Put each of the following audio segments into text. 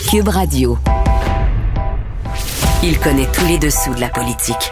Cube Radio. Il connaît tous les dessous de la politique.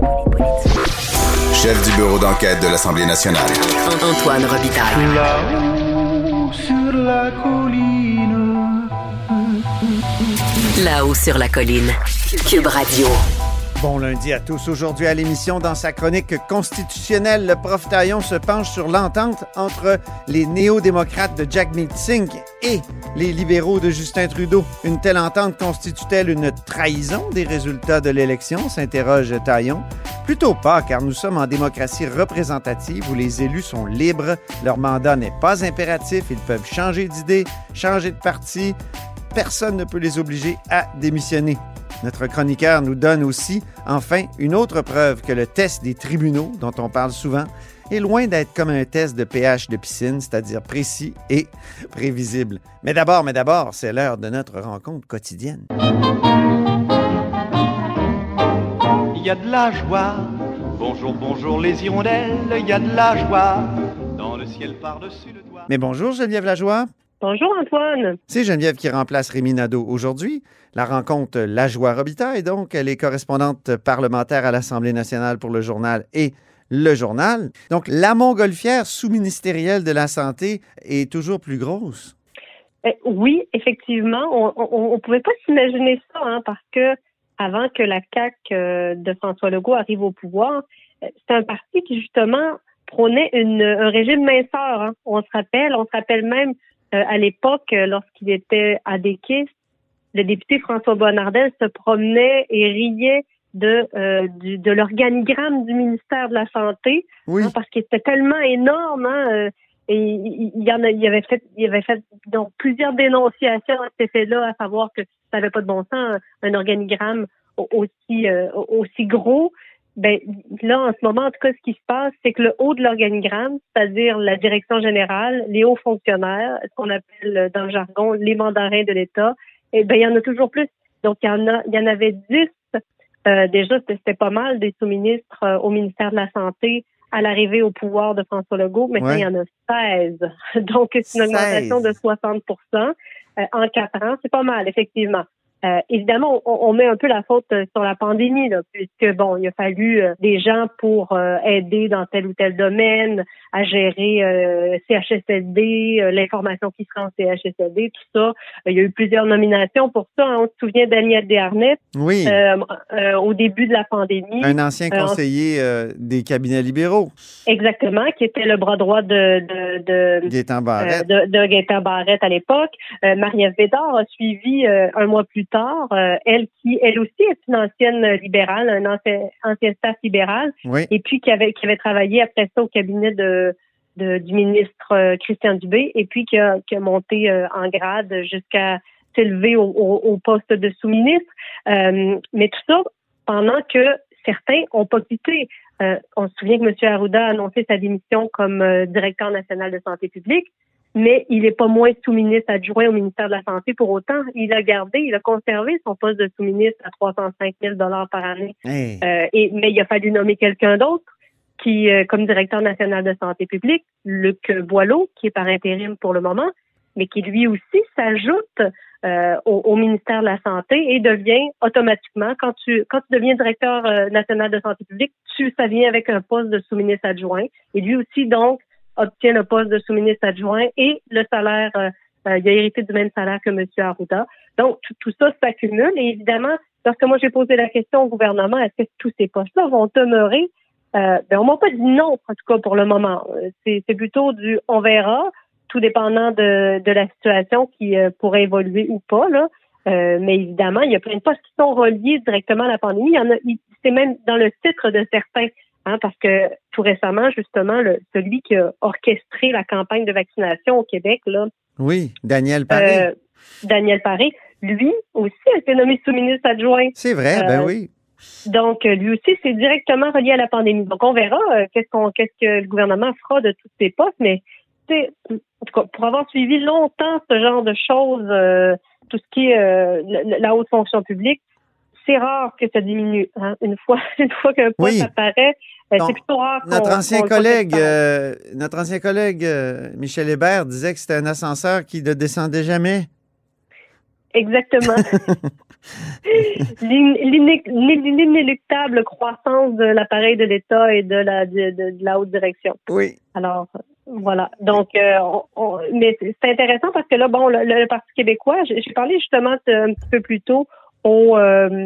Chef du bureau d'enquête de l'Assemblée nationale. Antoine Robitaille. Là-haut sur la colline. Là-haut sur la colline. Cube Radio. Bon lundi à tous. Aujourd'hui à l'émission, dans sa chronique constitutionnelle, le prof Taillon se penche sur l'entente entre les néo-démocrates de Jagmeet Singh et les libéraux de Justin Trudeau. Une telle entente constitue-t-elle une trahison des résultats de l'élection, s'interroge Taillon. Plutôt pas, car nous sommes en démocratie représentative où les élus sont libres, leur mandat n'est pas impératif, ils peuvent changer d'idée, changer de parti, personne ne peut les obliger à démissionner. Notre chroniqueur nous donne aussi, enfin, une autre preuve que le test des tribunaux, dont on parle souvent, est loin d'être comme un test de pH de piscine, c'est-à-dire précis et prévisible. Mais d'abord, c'est l'heure de notre rencontre quotidienne. Il y a de la joie. Bonjour, bonjour les hirondelles. Il y a de la joie. Dans le ciel par-dessus le toit. Mais bonjour Geneviève Lajoie. Bonjour Antoine. C'est Geneviève qui remplace Rémi Nadeau aujourd'hui. La rencontre Lajoie Robitaille, donc, elle est correspondante parlementaire à l'Assemblée nationale pour le journal et le journal. Donc, la montgolfière sous-ministérielle de la Santé est toujours plus grosse. Oui, effectivement. On ne pouvait pas s'imaginer ça, parce que avant que la CAQ de François Legault arrive au pouvoir, c'est un parti qui, justement, prônait un régime minceur. On se rappelle même à l'époque, lorsqu'il était à Desquistes, le député François Bonnardel se promenait et riait de l'organigramme du ministère de la Santé, oui. Parce qu'il était tellement énorme, et il avait fait donc plusieurs dénonciations à cet effet-là, à savoir que ça n'avait pas de bon sens, un organigramme aussi gros. Ben là, en ce moment, en tout cas, ce qui se passe, c'est que le haut de l'organigramme, c'est-à-dire la direction générale, les hauts fonctionnaires, ce qu'on appelle dans le jargon les mandarins de l'État, il y en a toujours plus. Donc, il y en avait 10. Déjà, c'était pas mal des sous-ministres au ministère de la Santé à l'arrivée au pouvoir de François Legault. Maintenant, il y en a 16. Donc, c'est une augmentation de 60% en 4 ans. C'est pas mal, effectivement. Évidemment, on met un peu la faute sur la pandémie, là, puisque il a fallu des gens pour aider dans tel ou tel domaine, à gérer CHSLD, l'information qui sera en CHSLD, tout ça. Il y a eu plusieurs nominations pour ça. On se souvient Daniel Desharnais, oui. Au début de la pandémie. Un ancien conseiller des cabinets libéraux. Exactement, qui était le bras droit de Gaétan Barrette. De Gaétan Barrette à l'époque. Marie-Ève Bédard a suivi un mois plus tard, elle aussi est une ancienne libérale, un ancien staff libéral, oui. Et puis qui avait travaillé après ça au cabinet du ministre Christian Dubé, et puis qui a monté en grade jusqu'à s'élever au poste de sous-ministre. Mais tout ça pendant que certains ont pas quitté. On se souvient que M. Arruda a annoncé sa démission comme directeur national de santé publique, mais il n'est pas moins sous-ministre adjoint au ministère de la Santé pour autant. Il a conservé son poste de sous-ministre à 305 000 $ par année. Hey. Mais il a fallu nommer quelqu'un d'autre qui, comme directeur national de santé publique, Luc Boileau, qui est par intérim pour le moment, mais qui lui aussi s'ajoute au ministère de la Santé et devient automatiquement, quand tu deviens directeur national de santé publique, ça vient avec un poste de sous-ministre adjoint. Et lui aussi, donc, obtient le poste de sous-ministre adjoint et le salaire, il a hérité du même salaire que M. Arruda. Donc, tout ça s'accumule. Et évidemment, lorsque moi j'ai posé la question au gouvernement, est-ce que tous ces postes-là vont demeurer? On m'a pas dit non, en tout cas pour le moment. C'est plutôt on verra, tout dépendant de la situation qui pourrait évoluer ou pas, là. Mais évidemment, il y a plein de postes qui sont reliés directement à la pandémie. C'est même dans le titre de certains. Parce que tout récemment, justement, celui qui a orchestré la campagne de vaccination au Québec, là. Oui, Daniel Paré. Daniel Paré, lui aussi a été nommé sous-ministre adjoint. C'est vrai, oui. Donc, lui aussi, c'est directement relié à la pandémie. Donc, on verra qu'est-ce que le gouvernement fera de tous ces postes, mais en tout cas, pour avoir suivi longtemps ce genre de choses, tout ce qui est la haute fonction publique, c'est rare que ça diminue. Une fois qu'un poste apparaît, c'est plutôt rare notre ancien collègue Michel Hébert disait que c'était un ascenseur qui ne descendait jamais. exactement. L'inéluctable croissance de l'appareil de l'État et de la haute direction. Oui. Alors, voilà. Donc, mais c'est intéressant parce que là, bon, le Parti québécois, j'ai parlé justement un petit peu plus tôt au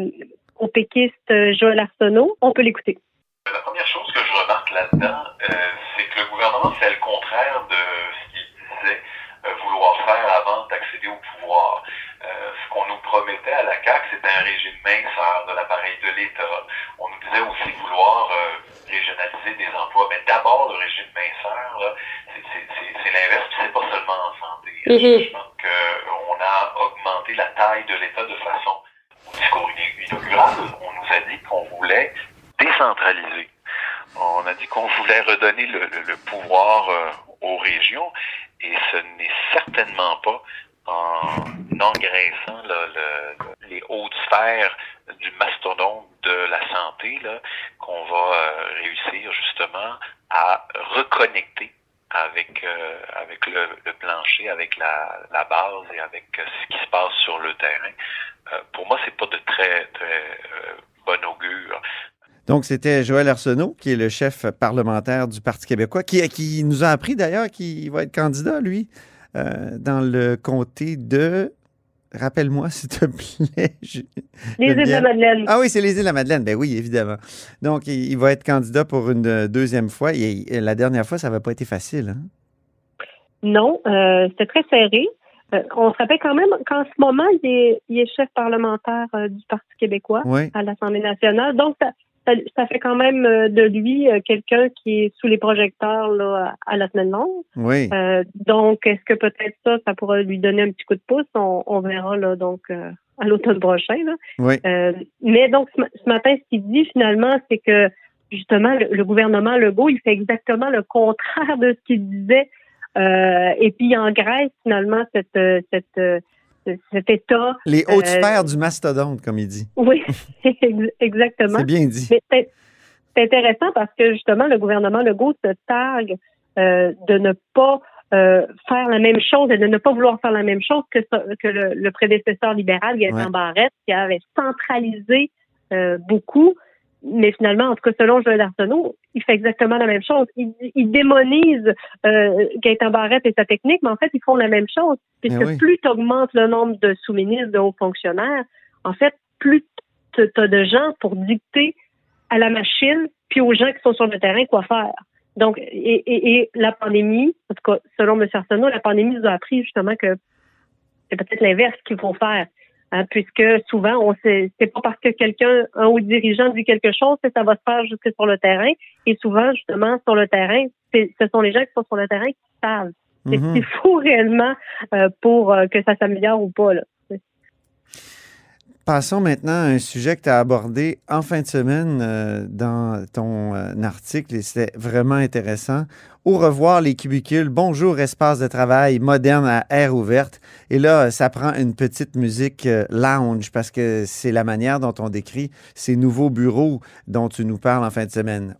péquiste Joël Arsenault. On peut l'écouter. La première chose que je remarque là-dedans, c'est que le gouvernement fait le contraire de ce qu'il disait vouloir faire avant d'accéder au pouvoir. Ce qu'on nous promettait à la CAQ, c'était un régime minceur de l'appareil de l'État. On nous disait aussi vouloir régionaliser des emplois, mais d'abord le régime minceur, là, c'est l'inverse, puis c'est pas seulement en santé. Je pense qu'on a augmenté la taille de l'État de façon, au discours inaugural, on nous a dit qu'on voulait décentraliser. On a dit qu'on voulait redonner le pouvoir aux régions, et ce n'est certainement pas en engraissant les hautes sphères du mastodonte de la santé là, qu'on va réussir justement à reconnecter avec le plancher, avec la base et avec ce qui se passe sur le terrain. Pour moi, c'est pas de très bon augure. Donc, c'était Joël Arsenault, qui est le chef parlementaire du Parti québécois, qui nous a appris d'ailleurs qu'il va être candidat, lui, dans le comté de... Rappelle-moi, s'il te plaît. Les îles de la Madeleine. Ah oui, c'est les îles de la Madeleine. Ben oui, évidemment. Donc, il va être candidat pour une deuxième fois. Et la dernière fois, ça n'avait pas été facile. Hein? Non, c'était très serré. On se rappelle quand même qu'en ce moment, il est chef parlementaire du Parti québécois à l'Assemblée nationale. Donc, ça fait quand même de lui quelqu'un qui est sous les projecteurs là, à la semaine longue. Oui. Donc, est-ce que peut-être ça pourrait lui donner un petit coup de pouce? On verra là donc à l'automne prochain. Là. Oui. Mais donc, ce matin, ce qu'il dit finalement, c'est que justement, le gouvernement Legault, il fait exactement le contraire de ce qu'il disait. Et puis, il engraisse finalement cet État. Les hautes sphères du mastodonte, comme il dit. Oui, exactement. C'est bien dit. Mais c'est intéressant parce que justement, le gouvernement Legault se targue de ne pas faire la même chose et de ne pas vouloir faire la même chose que le prédécesseur libéral, Gaétan Barrette, qui avait centralisé beaucoup. Mais finalement, en tout cas, selon Joël Arsenault, il fait exactement la même chose. Il démonise Gaétan Barrette et sa technique, mais en fait, ils font la même chose. Puisque plus tu augmentes le nombre de sous-ministres, de hauts fonctionnaires, en fait, plus tu as de gens pour dicter à la machine, puis aux gens qui sont sur le terrain quoi faire. Donc, et la pandémie, en tout cas, selon M. Arsenault, la pandémie nous a appris justement que c'est peut-être l'inverse qu'il faut faire. Hein, puisque souvent, c'est pas parce que un haut dirigeant dit quelque chose que ça va se faire jusque sur le terrain. Et souvent, justement, sur le terrain, ce sont les gens qui sont sur le terrain qui savent. C'est ce qu'il faut réellement pour que ça s'améliore ou pas. Là. Passons maintenant à un sujet que tu as abordé en fin de semaine dans ton article et c'était vraiment intéressant. Au revoir les cubicules, bonjour espace de travail moderne à air ouverte. Et là, ça prend une petite musique lounge parce que c'est la manière dont on décrit ces nouveaux bureaux dont tu nous parles en fin de semaine.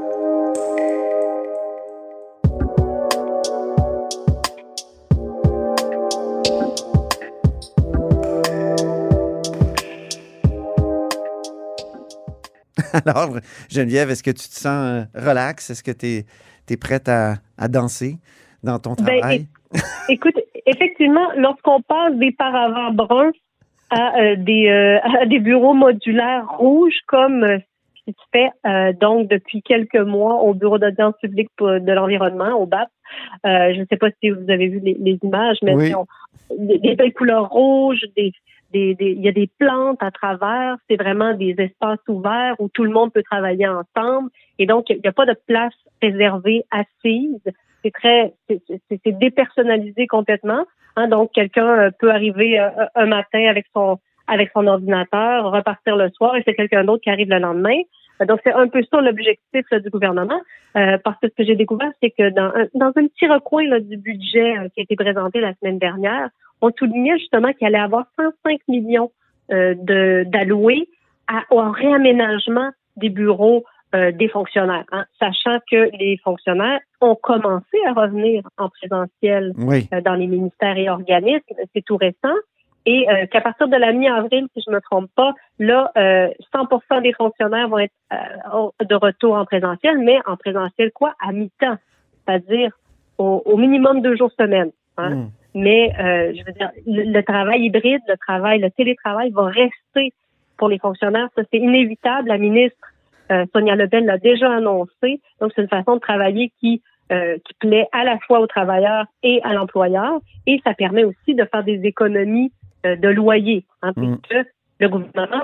Alors, Geneviève, est-ce que tu te sens relax? Est-ce que tu es prête à danser dans ton travail? Écoute, effectivement, lorsqu'on passe des paravents bruns à des bureaux modulaires rouges, comme ce qui se fait donc depuis quelques mois au Bureau d'audience publique de l'environnement, au BAP. Je ne sais pas si vous avez vu les images, mais des belles couleurs rouges, il y a des plantes à travers, c'est vraiment des espaces ouverts où tout le monde peut travailler ensemble et donc il n'y a pas de place réservée assise. C'est dépersonnalisé complètement. Hein, donc quelqu'un peut arriver un matin avec son ordinateur, repartir le soir et c'est quelqu'un d'autre qui arrive le lendemain. Donc c'est un peu ça l'objectif là, du gouvernement. Parce que ce que j'ai découvert, c'est que dans un petit recoin là, du budget qui a été présenté la semaine dernière, on soulignait justement qu'il allait avoir 105 millions d'alloués au réaménagement des bureaux des fonctionnaires, hein, sachant que les fonctionnaires ont commencé à revenir en présentiel dans les ministères et organismes. C'est tout récent. et qu'à partir de la mi-avril, si je me trompe pas, là, 100% des fonctionnaires vont être de retour en présentiel, mais en présentiel quoi? À mi-temps, c'est-à-dire au minimum 2 jours semaine. Hein? Mais je veux dire, le travail hybride, le télétravail va rester pour les fonctionnaires. Ça, c'est inévitable. La ministre Sonia Lebel l'a déjà annoncé. Donc, c'est une façon de travailler qui plaît à la fois aux travailleurs et à l'employeur. Et ça permet aussi de faire des économies de loyer, hein, puisque le gouvernement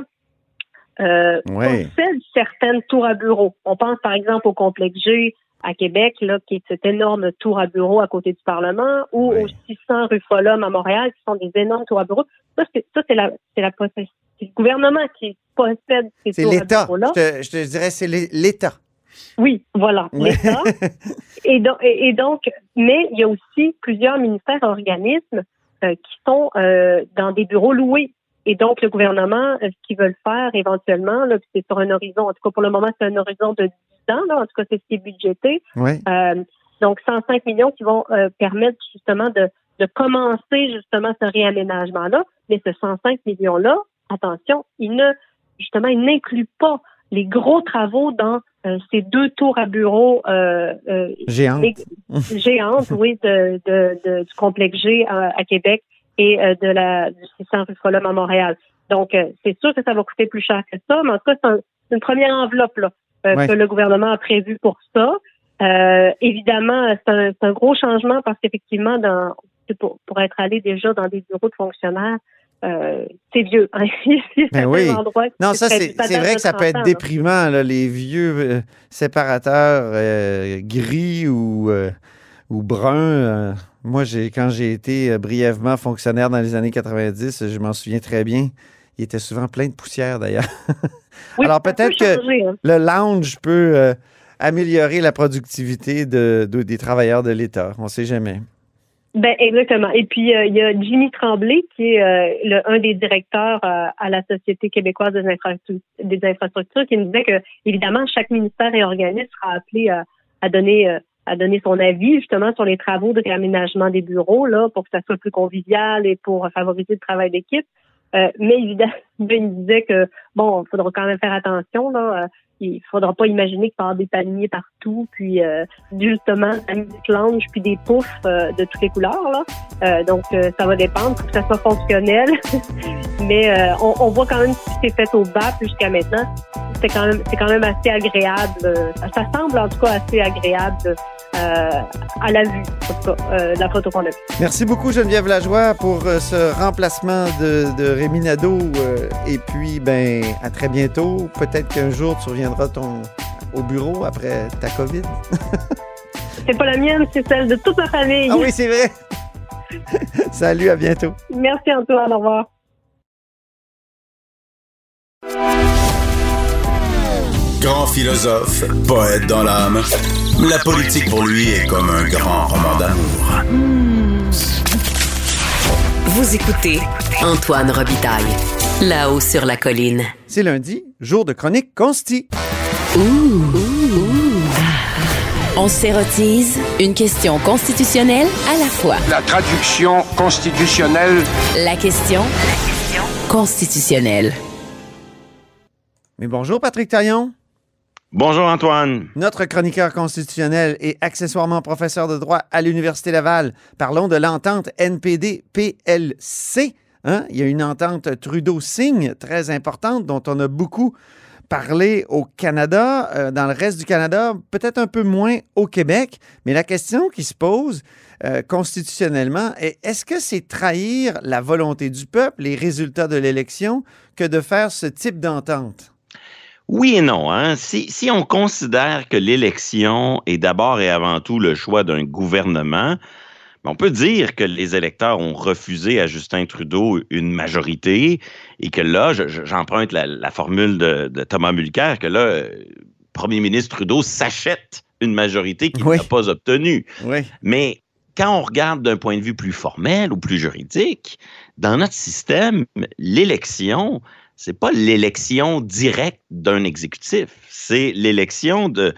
possède certaines tours à bureaux. On pense par exemple au complexe G à Québec, là, qui est cette énorme tour à bureaux à côté du Parlement, ou aux 600 rue Follum à Montréal, qui sont des énormes tours à bureaux. Ça, c'est le gouvernement qui possède ces tours à bureaux-là. Je te dirais, c'est l'État. Oui, voilà, l'État. et donc, mais il y a aussi plusieurs ministères et organismes qui sont dans des bureaux loués. Et donc, le gouvernement, ce qu'ils veulent faire éventuellement, là, c'est sur un horizon, en tout cas pour le moment, c'est un horizon de 10 ans, là, en tout cas, c'est ce qui est budgété. Oui. Donc, 105 millions qui vont permettre justement de commencer justement ce réaménagement-là. Mais ce 105 millions-là, attention, il n'inclut pas les gros travaux dans ces 2 tours à bureaux géantes, oui, du complexe G à Québec et du 600 rue Follum à Montréal. Donc, c'est sûr que ça va coûter plus cher que ça, mais en tout cas, c'est une première enveloppe là, que le gouvernement a prévue pour ça. Évidemment, c'est un gros changement parce qu'effectivement, pour être allé déjà dans des bureaux de fonctionnaires, c'est vieux. Hein? Ben oui. Non, ça, c'est vrai que ça peut être déprimant, là, les vieux séparateurs gris ou bruns. Moi, quand j'ai été brièvement fonctionnaire dans les années 90, je m'en souviens très bien. Il était souvent plein de poussière, d'ailleurs. Oui, alors, peut-être que le lounge peut améliorer la productivité des travailleurs de l'État. On ne sait jamais. Ben exactement. Et puis il y a Jimmy Tremblay qui est un des directeurs à la Société québécoise des infrastructures qui nous disait que évidemment chaque ministère et organisme sera appelé à donner son avis justement sur les travaux de réaménagement des bureaux là pour que ça soit plus convivial et pour favoriser le travail d'équipe. Mais évidemment, il disait que bon, il faudra quand même faire attention là. Il faudra pas imaginer qu'il va y avoir des palmiers partout, puis justement des planches, puis des poufs de toutes les couleurs là. Donc ça va dépendre, faut que ça soit fonctionnel. Mais on voit quand même ce qui s'est fait au BAP jusqu'à maintenant. C'est quand même assez agréable. Ça semble en tout cas assez agréable à la vue, en tout cas, la photo qu'on a vue. Merci beaucoup Geneviève Lajoie pour ce remplacement de Rémi Nadeau. Et puis, ben, à très bientôt. Peut-être qu'un jour, tu reviendras au bureau après ta COVID. C'est pas la mienne, c'est celle de toute ma famille. Ah oui, c'est vrai. Salut, à bientôt. Merci Antoine, au revoir. Grand philosophe, poète dans l'âme, la politique pour lui est comme un grand roman d'amour. Vous écoutez Antoine Robitaille, là-haut sur la colline. C'est lundi, jour de chronique consti. On s'érotise une question constitutionnelle à la fois. La traduction constitutionnelle. La question constitutionnelle. Mais bonjour Patrick Taillon. Bonjour Antoine. Notre chroniqueur constitutionnel et accessoirement professeur de droit à l'Université Laval. Parlons de l'entente NPD-PLC. Hein? Il y a une entente Trudeau-Signe très importante dont on a beaucoup parlé au Canada, dans le reste du Canada, peut-être un peu moins au Québec. Mais la question qui se pose constitutionnellement est, est-ce que c'est trahir la volonté du peuple, les résultats de l'élection, que de faire ce type d'entente? Oui et non. Hein? Si on considère que l'élection est d'abord et avant tout le choix d'un gouvernement, on peut dire que les électeurs ont refusé à Justin Trudeau une majorité et que là, j'emprunte la formule de Thomas Mulcair, que là, premier ministre Trudeau s'achète une majorité qu'il n'a pas obtenue. Oui. Mais quand on regarde d'un point de vue plus formel ou plus juridique, dans notre système, l'élection c'est pas l'élection directe d'un exécutif, c'est l'élection de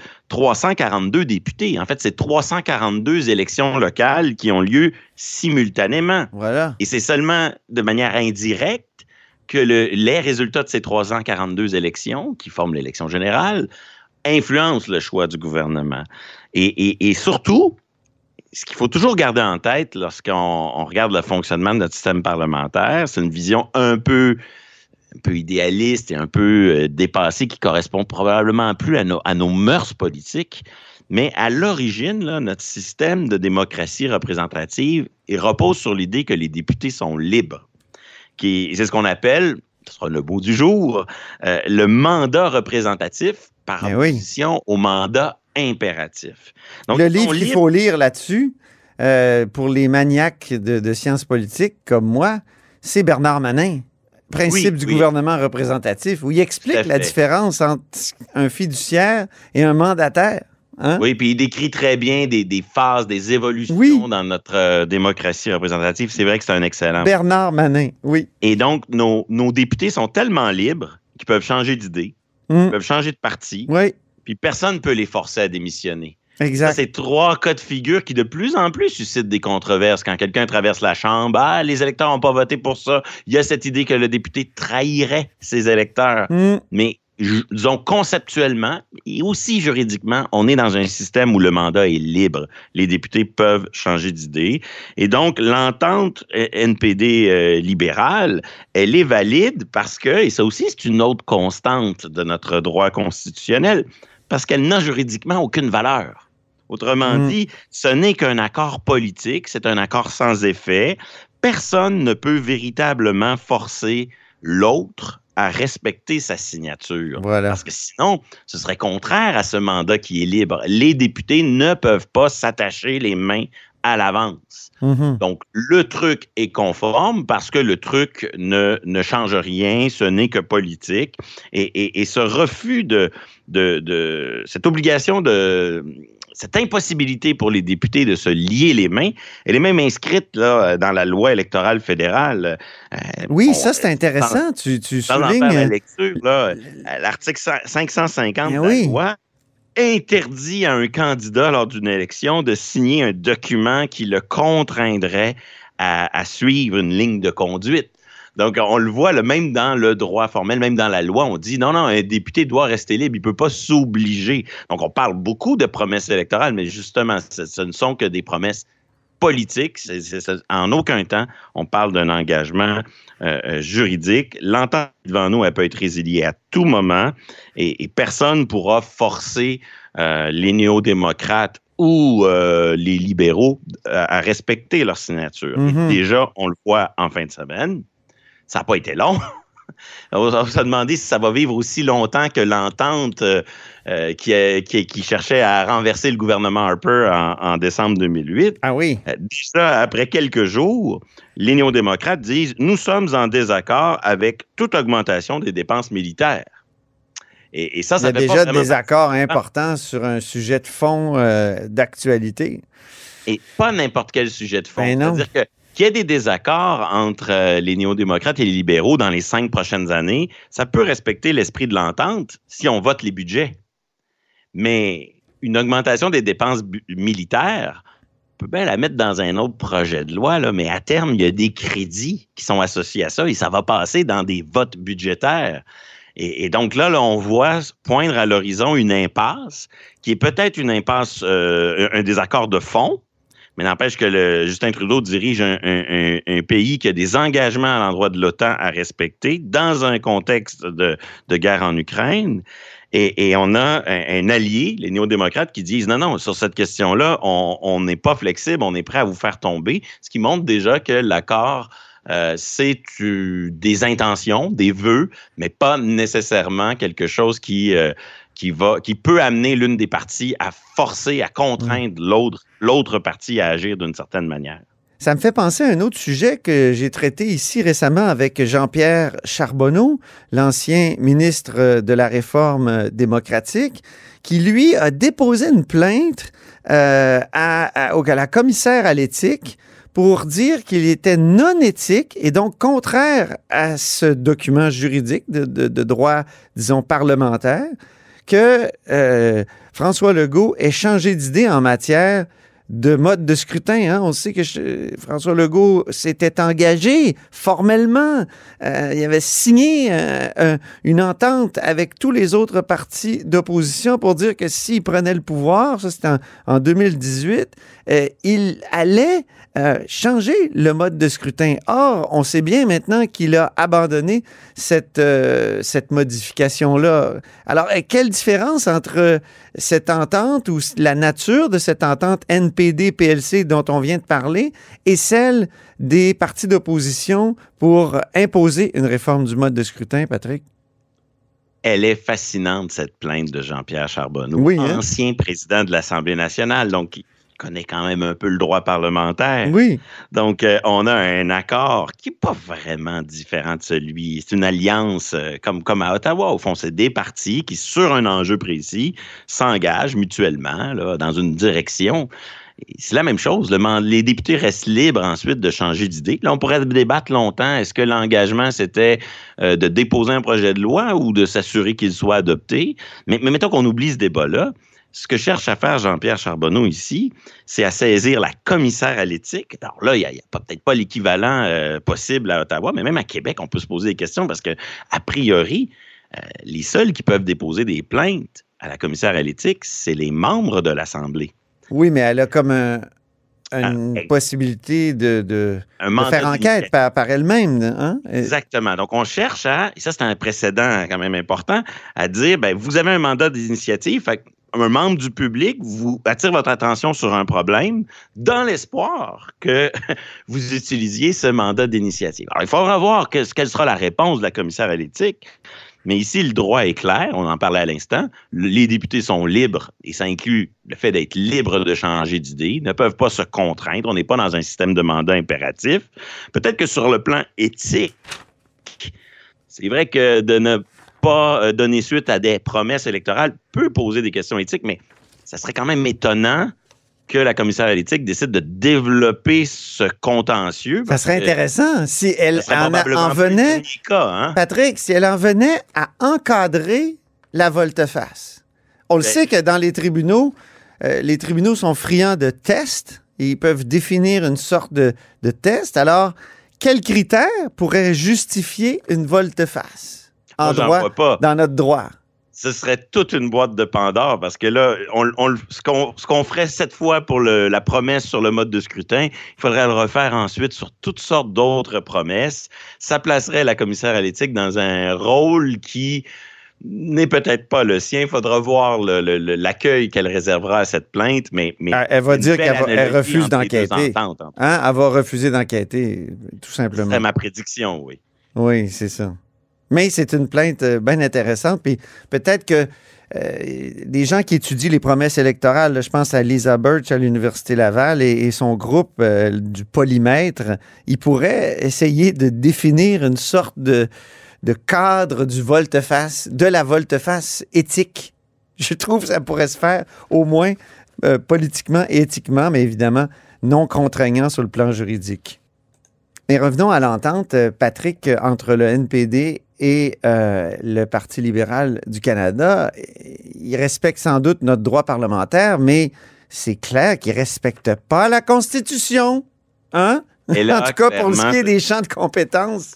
342 députés. En fait, c'est 342 élections locales qui ont lieu simultanément. Voilà. Et c'est seulement de manière indirecte que les résultats de ces 342 élections, qui forment l'élection générale, influencent le choix du gouvernement. Et surtout, ce qu'il faut toujours garder en tête lorsqu'on regarde le fonctionnement de notre système parlementaire, c'est une vision un peu idéaliste et un peu dépassée qui correspond probablement plus à nos mœurs politiques. Mais à l'origine, là, notre système de démocratie représentative repose sur l'idée que les députés sont libres. C'est ce qu'on appelle, ce sera le mot du jour, le mandat représentatif par opposition au mandat impératif. Donc, le livre qu'il faut lire là-dessus, pour les maniaques de sciences politiques comme moi, c'est Bernard Manin, Principe du gouvernement représentatif, où il explique la différence entre un fiduciaire et un mandataire. Hein? Oui, puis il décrit très bien des phases, des évolutions dans notre démocratie représentative. C'est vrai que c'est un excellent. Bernard Manin, oui. Et donc, nos députés sont tellement libres qu'ils peuvent changer d'idée, ils peuvent changer de parti, puis personne ne peut les forcer à démissionner. Exact. Ça, c'est 3 cas de figure qui de plus en plus suscitent des controverses. Quand quelqu'un traverse la Chambre, les électeurs n'ont pas voté pour ça. Il y a cette idée que le député trahirait ses électeurs. Mais disons conceptuellement et aussi juridiquement, on est dans un système où le mandat est libre. Les députés peuvent changer d'idée. Et donc, l'entente NPD libérale, elle est valide parce que, et ça aussi, c'est une autre constante de notre droit constitutionnel, parce qu'elle n'a juridiquement aucune valeur. Autrement dit, ce n'est qu'un accord politique, c'est un accord sans effet. Personne ne peut véritablement forcer l'autre à respecter sa signature. Voilà. Parce que sinon, ce serait contraire à ce mandat qui est libre. Les députés ne peuvent pas s'attacher les mains à l'avance. Donc, le truc est conforme parce que le truc ne change rien, ce n'est que politique. Et ce refus cette obligation cette impossibilité pour les députés de se lier les mains, elle est même inscrite là, dans la loi électorale fédérale. Ça, c'est intéressant. Tu soulignes... la lecture, là, l'article 550 de la loi interdit à un candidat lors d'une élection de signer un document qui le contraindrait à suivre une ligne de conduite. Donc, on le voit même dans le droit formel, même dans la loi, on dit non, un député doit rester libre, il ne peut pas s'obliger. Donc, on parle beaucoup de promesses électorales, mais justement, ce ne sont que des promesses politiques. En aucun temps, on parle d'un engagement juridique. L'entente devant nous, elle peut être résiliée à tout moment et personne ne pourra forcer les néo-démocrates ou les libéraux à respecter leur signature. Et déjà, on le voit en fin de semaine. Ça n'a pas été long. On va se demander si ça va vivre aussi longtemps que l'entente qui cherchait à renverser le gouvernement Harper en décembre 2008. Ah oui. Déjà, après quelques jours, les néo-démocrates disent « Nous sommes en désaccord avec toute augmentation des dépenses militaires ». Et ça, il y a déjà des accords importants sur un sujet de fond d'actualité. Et pas n'importe quel sujet de fond. C'est-à-dire que qu'il y ait des désaccords entre les néo-démocrates et les libéraux dans les 5 prochaines années, ça peut respecter l'esprit de l'entente si on vote les budgets. Mais une augmentation des dépenses militaires, on peut bien la mettre dans un autre projet de loi, là, mais à terme, il y a des crédits qui sont associés à ça et ça va passer dans des votes budgétaires. Et donc là, on voit poindre à l'horizon une impasse qui est peut-être une impasse, un désaccord de fond, mais n'empêche que Justin Trudeau dirige un pays qui a des engagements à l'endroit de l'OTAN à respecter dans un contexte de guerre en Ukraine. Et on a un allié, les néo-démocrates, qui disent non, sur cette question-là, on n'est pas flexible, on est prêt à vous faire tomber. Ce qui montre déjà que l'accord, c'est des intentions, des vœux, mais pas nécessairement quelque chose qui peut amener l'une des parties à forcer, à contraindre l'autre partie à agir d'une certaine manière. Ça me fait penser à un autre sujet que j'ai traité ici récemment avec Jean-Pierre Charbonneau, l'ancien ministre de la Réforme démocratique, qui, lui, a déposé une plainte à la commissaire à l'éthique pour dire qu'il était non éthique et donc contraire à ce document juridique de droit, disons, parlementaire, que François Legault ait changé d'idée en matière de mode de scrutin. Hein? On sait que François Legault s'était engagé formellement. Il avait signé une entente avec tous les autres partis d'opposition pour dire que s'il prenait le pouvoir, ça c'était en 2018, il allait changer le mode de scrutin. Or, on sait bien maintenant qu'il a abandonné cette modification-là. Alors, quelle différence entre cette entente ou la nature de cette entente NPD-PLC dont on vient de parler et celle des partis d'opposition pour imposer une réforme du mode de scrutin, Patrick? Elle est fascinante, cette plainte de Jean-Pierre Charbonneau, oui, hein? Ancien président de l'Assemblée nationale, donc il connaît quand même un peu le droit parlementaire. Oui. Donc, on a un accord qui n'est pas vraiment différent de celui. C'est une alliance comme à Ottawa. Au fond, c'est des partis qui, sur un enjeu précis, s'engagent mutuellement là, dans une direction. Et c'est la même chose. Les députés restent libres ensuite de changer d'idée. Là, on pourrait débattre longtemps. Est-ce que l'engagement, c'était de déposer un projet de loi ou de s'assurer qu'il soit adopté? Mais mettons qu'on oublie ce débat-là. Ce que cherche à faire Jean-Pierre Charbonneau ici, c'est à saisir la commissaire à l'éthique. Alors là, il n'y a peut-être pas l'équivalent possible à Ottawa, mais même à Québec, on peut se poser des questions parce que, a priori, les seuls qui peuvent déposer des plaintes à la commissaire à l'éthique, c'est les membres de l'Assemblée. Oui, mais elle a comme une possibilité de faire enquête par elle-même. Hein? Exactement. Donc, on cherche et ça c'est un précédent quand même important, à dire, vous avez un mandat d'initiative, fait un membre du public vous attire votre attention sur un problème dans l'espoir que vous utilisiez ce mandat d'initiative. Alors, il faudra voir quelle sera la réponse de la commissaire à l'éthique. Mais ici, le droit est clair, on en parlait à l'instant, les députés sont libres, et ça inclut le fait d'être libres de changer d'idée, ils ne peuvent pas se contraindre, on n'est pas dans un système de mandat impératif. Peut-être que sur le plan éthique, c'est vrai que de ne pas donner suite à des promesses électorales peut poser des questions éthiques, mais ça serait quand même étonnant que la commissaire à l'éthique décide de développer ce contentieux. Ça serait intéressant si elle en venait, Patrick, si elle en venait à encadrer la volte-face. On le sait que dans les tribunaux sont friands de tests et ils peuvent définir une sorte de test. Alors, quels critères pourraient justifier une volte-face dans notre droit? Ce serait toute une boîte de Pandore parce que là, ce qu'on ferait cette fois pour la promesse sur le mode de scrutin, il faudrait le refaire ensuite sur toutes sortes d'autres promesses. Ça placerait la commissaire à l'éthique dans un rôle qui n'est peut-être pas le sien. Il faudra voir l'accueil qu'elle réservera à cette plainte, mais elle va dire qu'elle refuse d'enquêter. Hein? Elle va refuser d'enquêter, tout simplement. C'est ma prédiction, oui. Oui, c'est ça. Mais c'est une plainte bien intéressante. Puis peut-être que des gens qui étudient les promesses électorales, là, je pense à Lisa Birch à l'Université Laval et son groupe du polymètre, ils pourraient essayer de définir une sorte de cadre du volte-face, de la volte-face éthique. Je trouve que ça pourrait se faire au moins politiquement et éthiquement, mais évidemment non contraignant sur le plan juridique. Mais revenons à l'entente, Patrick, entre le NPD et le Parti libéral du Canada. Ils respectent sans doute notre droit parlementaire, mais c'est clair qu'ils ne respectent pas la Constitution. Hein? Là, en tout cas, pour ce qui est des champs de compétences.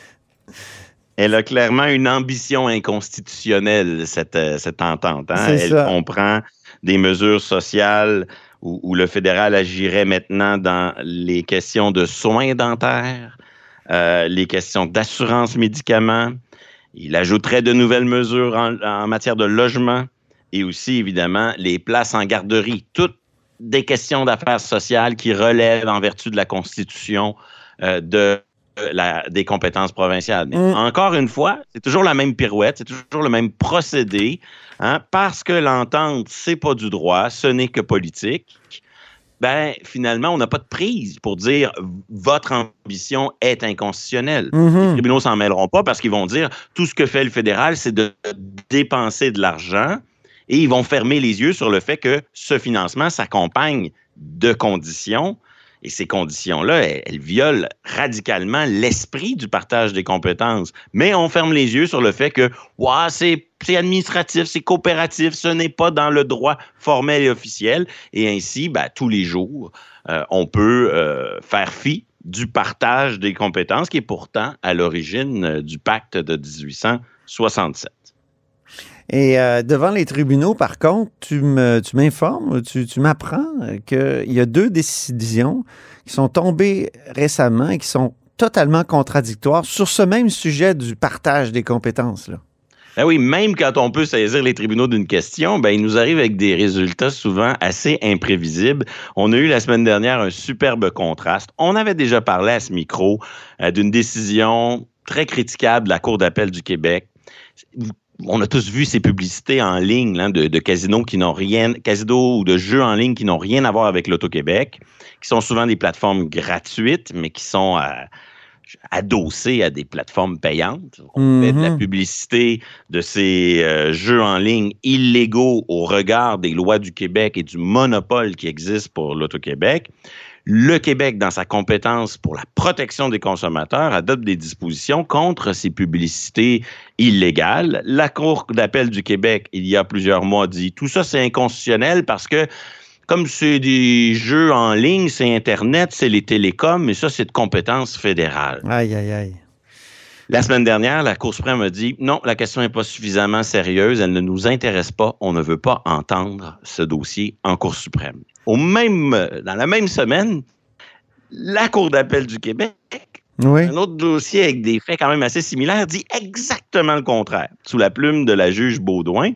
Elle a clairement une ambition inconstitutionnelle, cette entente. Hein? Elle comprend des mesures sociales où le fédéral agirait maintenant dans les questions de soins dentaires, les questions d'assurance médicaments. Il ajouterait de nouvelles mesures en matière de logement et aussi, évidemment, les places en garderie. Toutes des questions d'affaires sociales qui relèvent en vertu de la Constitution des compétences provinciales. Mais encore une fois, c'est toujours la même pirouette, c'est toujours le même procédé, hein, parce que l'entente, c'est pas du droit, ce n'est que politique. Finalement, on n'a pas de prise pour dire votre ambition est inconstitutionnelle. Les tribunaux s'en mêleront pas parce qu'ils vont dire tout ce que fait le fédéral, c'est de dépenser de l'argent et ils vont fermer les yeux sur le fait que ce financement s'accompagne de conditions Et ces conditions-là, elles violent radicalement l'esprit du partage des compétences. Mais on ferme les yeux sur le fait que c'est administratif, c'est coopératif, ce n'est pas dans le droit formel et officiel. Et ainsi, tous les jours, on peut faire fi du partage des compétences qui est pourtant à l'origine du pacte de 1867. Et devant les tribunaux, par contre, tu m'informes, tu m'apprends qu'il y a 2 décisions qui sont tombées récemment et qui sont totalement contradictoires sur ce même sujet du partage des compétences, là. Ben oui, même quand on peut saisir les tribunaux d'une question, il nous arrive avec des résultats souvent assez imprévisibles. On a eu la semaine dernière un superbe contraste. On avait déjà parlé à ce micro d'une décision très critiquable de la Cour d'appel du Québec. On a tous vu ces publicités en ligne de casinos casinos ou de jeux en ligne qui n'ont rien à voir avec l'Auto-Québec, qui sont souvent des plateformes gratuites, mais qui sont adossées à des plateformes payantes. On fait de la publicité de ces jeux en ligne illégaux au regard des lois du Québec et du monopole qui existe pour l'Auto-Québec. Le Québec, dans sa compétence pour la protection des consommateurs, adopte des dispositions contre ces publicités illégales. La Cour d'appel du Québec, il y a plusieurs mois, dit tout ça, c'est inconstitutionnel parce que comme c'est des jeux en ligne, c'est Internet, c'est les télécoms, mais ça, c'est de compétence fédérale. Aïe, aïe, aïe. La semaine dernière, la Cour suprême a dit non, la question n'est pas suffisamment sérieuse, elle ne nous intéresse pas, on ne veut pas entendre ce dossier en Cour suprême. Dans la même semaine, la Cour d'appel du Québec, un autre dossier avec des faits quand même assez similaires, dit exactement le contraire. Sous la plume de la juge Beaudoin,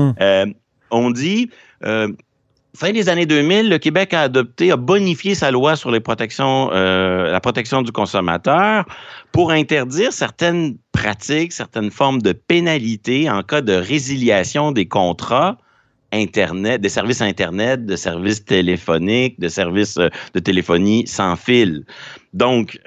on dit fin des années 2000, le Québec a bonifié sa loi sur la protection du consommateur pour interdire certaines pratiques, certaines formes de pénalités en cas de résiliation des contrats Internet, des services Internet, de services téléphoniques, de services de téléphonie sans fil. Donc,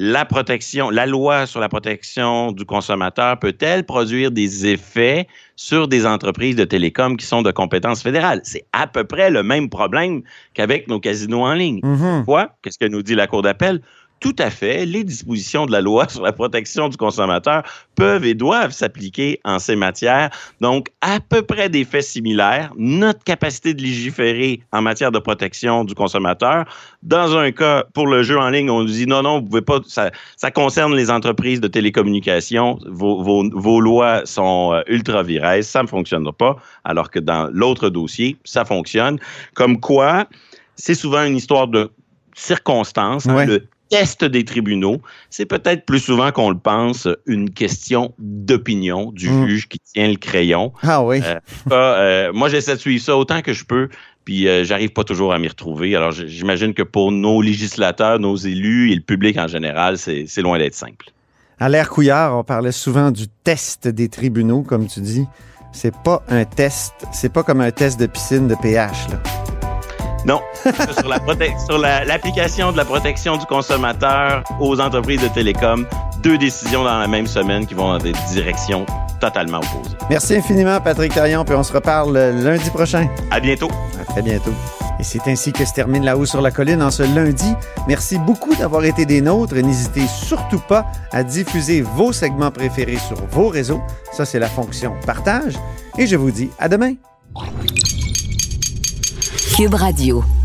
la loi sur la protection du consommateur peut-elle produire des effets sur des entreprises de télécom qui sont de compétence fédérale? C'est à peu près le même problème qu'avec nos casinos en ligne. Pourquoi? Qu'est-ce que nous dit la Cour d'appel? Tout à fait, les dispositions de la loi sur la protection du consommateur peuvent et doivent s'appliquer en ces matières. Donc, à peu près des faits similaires. Notre capacité de légiférer en matière de protection du consommateur, dans un cas, pour le jeu en ligne, on nous dit non, vous pouvez pas, ça concerne les entreprises de télécommunications, vos lois sont ultra virées, ça ne fonctionnera pas, alors que dans l'autre dossier, ça fonctionne. Comme quoi, c'est souvent une histoire de circonstances. Le test des tribunaux, c'est peut-être plus souvent qu'on le pense une question d'opinion du juge qui tient le crayon. Ah oui. Moi, j'essaie de suivre ça autant que je peux, puis j'arrive pas toujours à m'y retrouver. Alors, j'imagine que pour nos législateurs, nos élus et le public en général, c'est loin d'être simple. À l'ère Couillard, on parlait souvent du test des tribunaux, comme tu dis. C'est pas un test, c'est pas comme un test de piscine de pH, là. Non, sur l'application de la protection du consommateur aux entreprises de télécom, 2 décisions dans la même semaine qui vont dans des directions totalement opposées. Merci infiniment, Patrick Taillon, puis on se reparle lundi prochain. À bientôt. À très bientôt. Et c'est ainsi que se termine La Haut sur la Colline en ce lundi. Merci beaucoup d'avoir été des nôtres et n'hésitez surtout pas à diffuser vos segments préférés sur vos réseaux. Ça, c'est la fonction partage. Et je vous dis à demain. Cube Radio.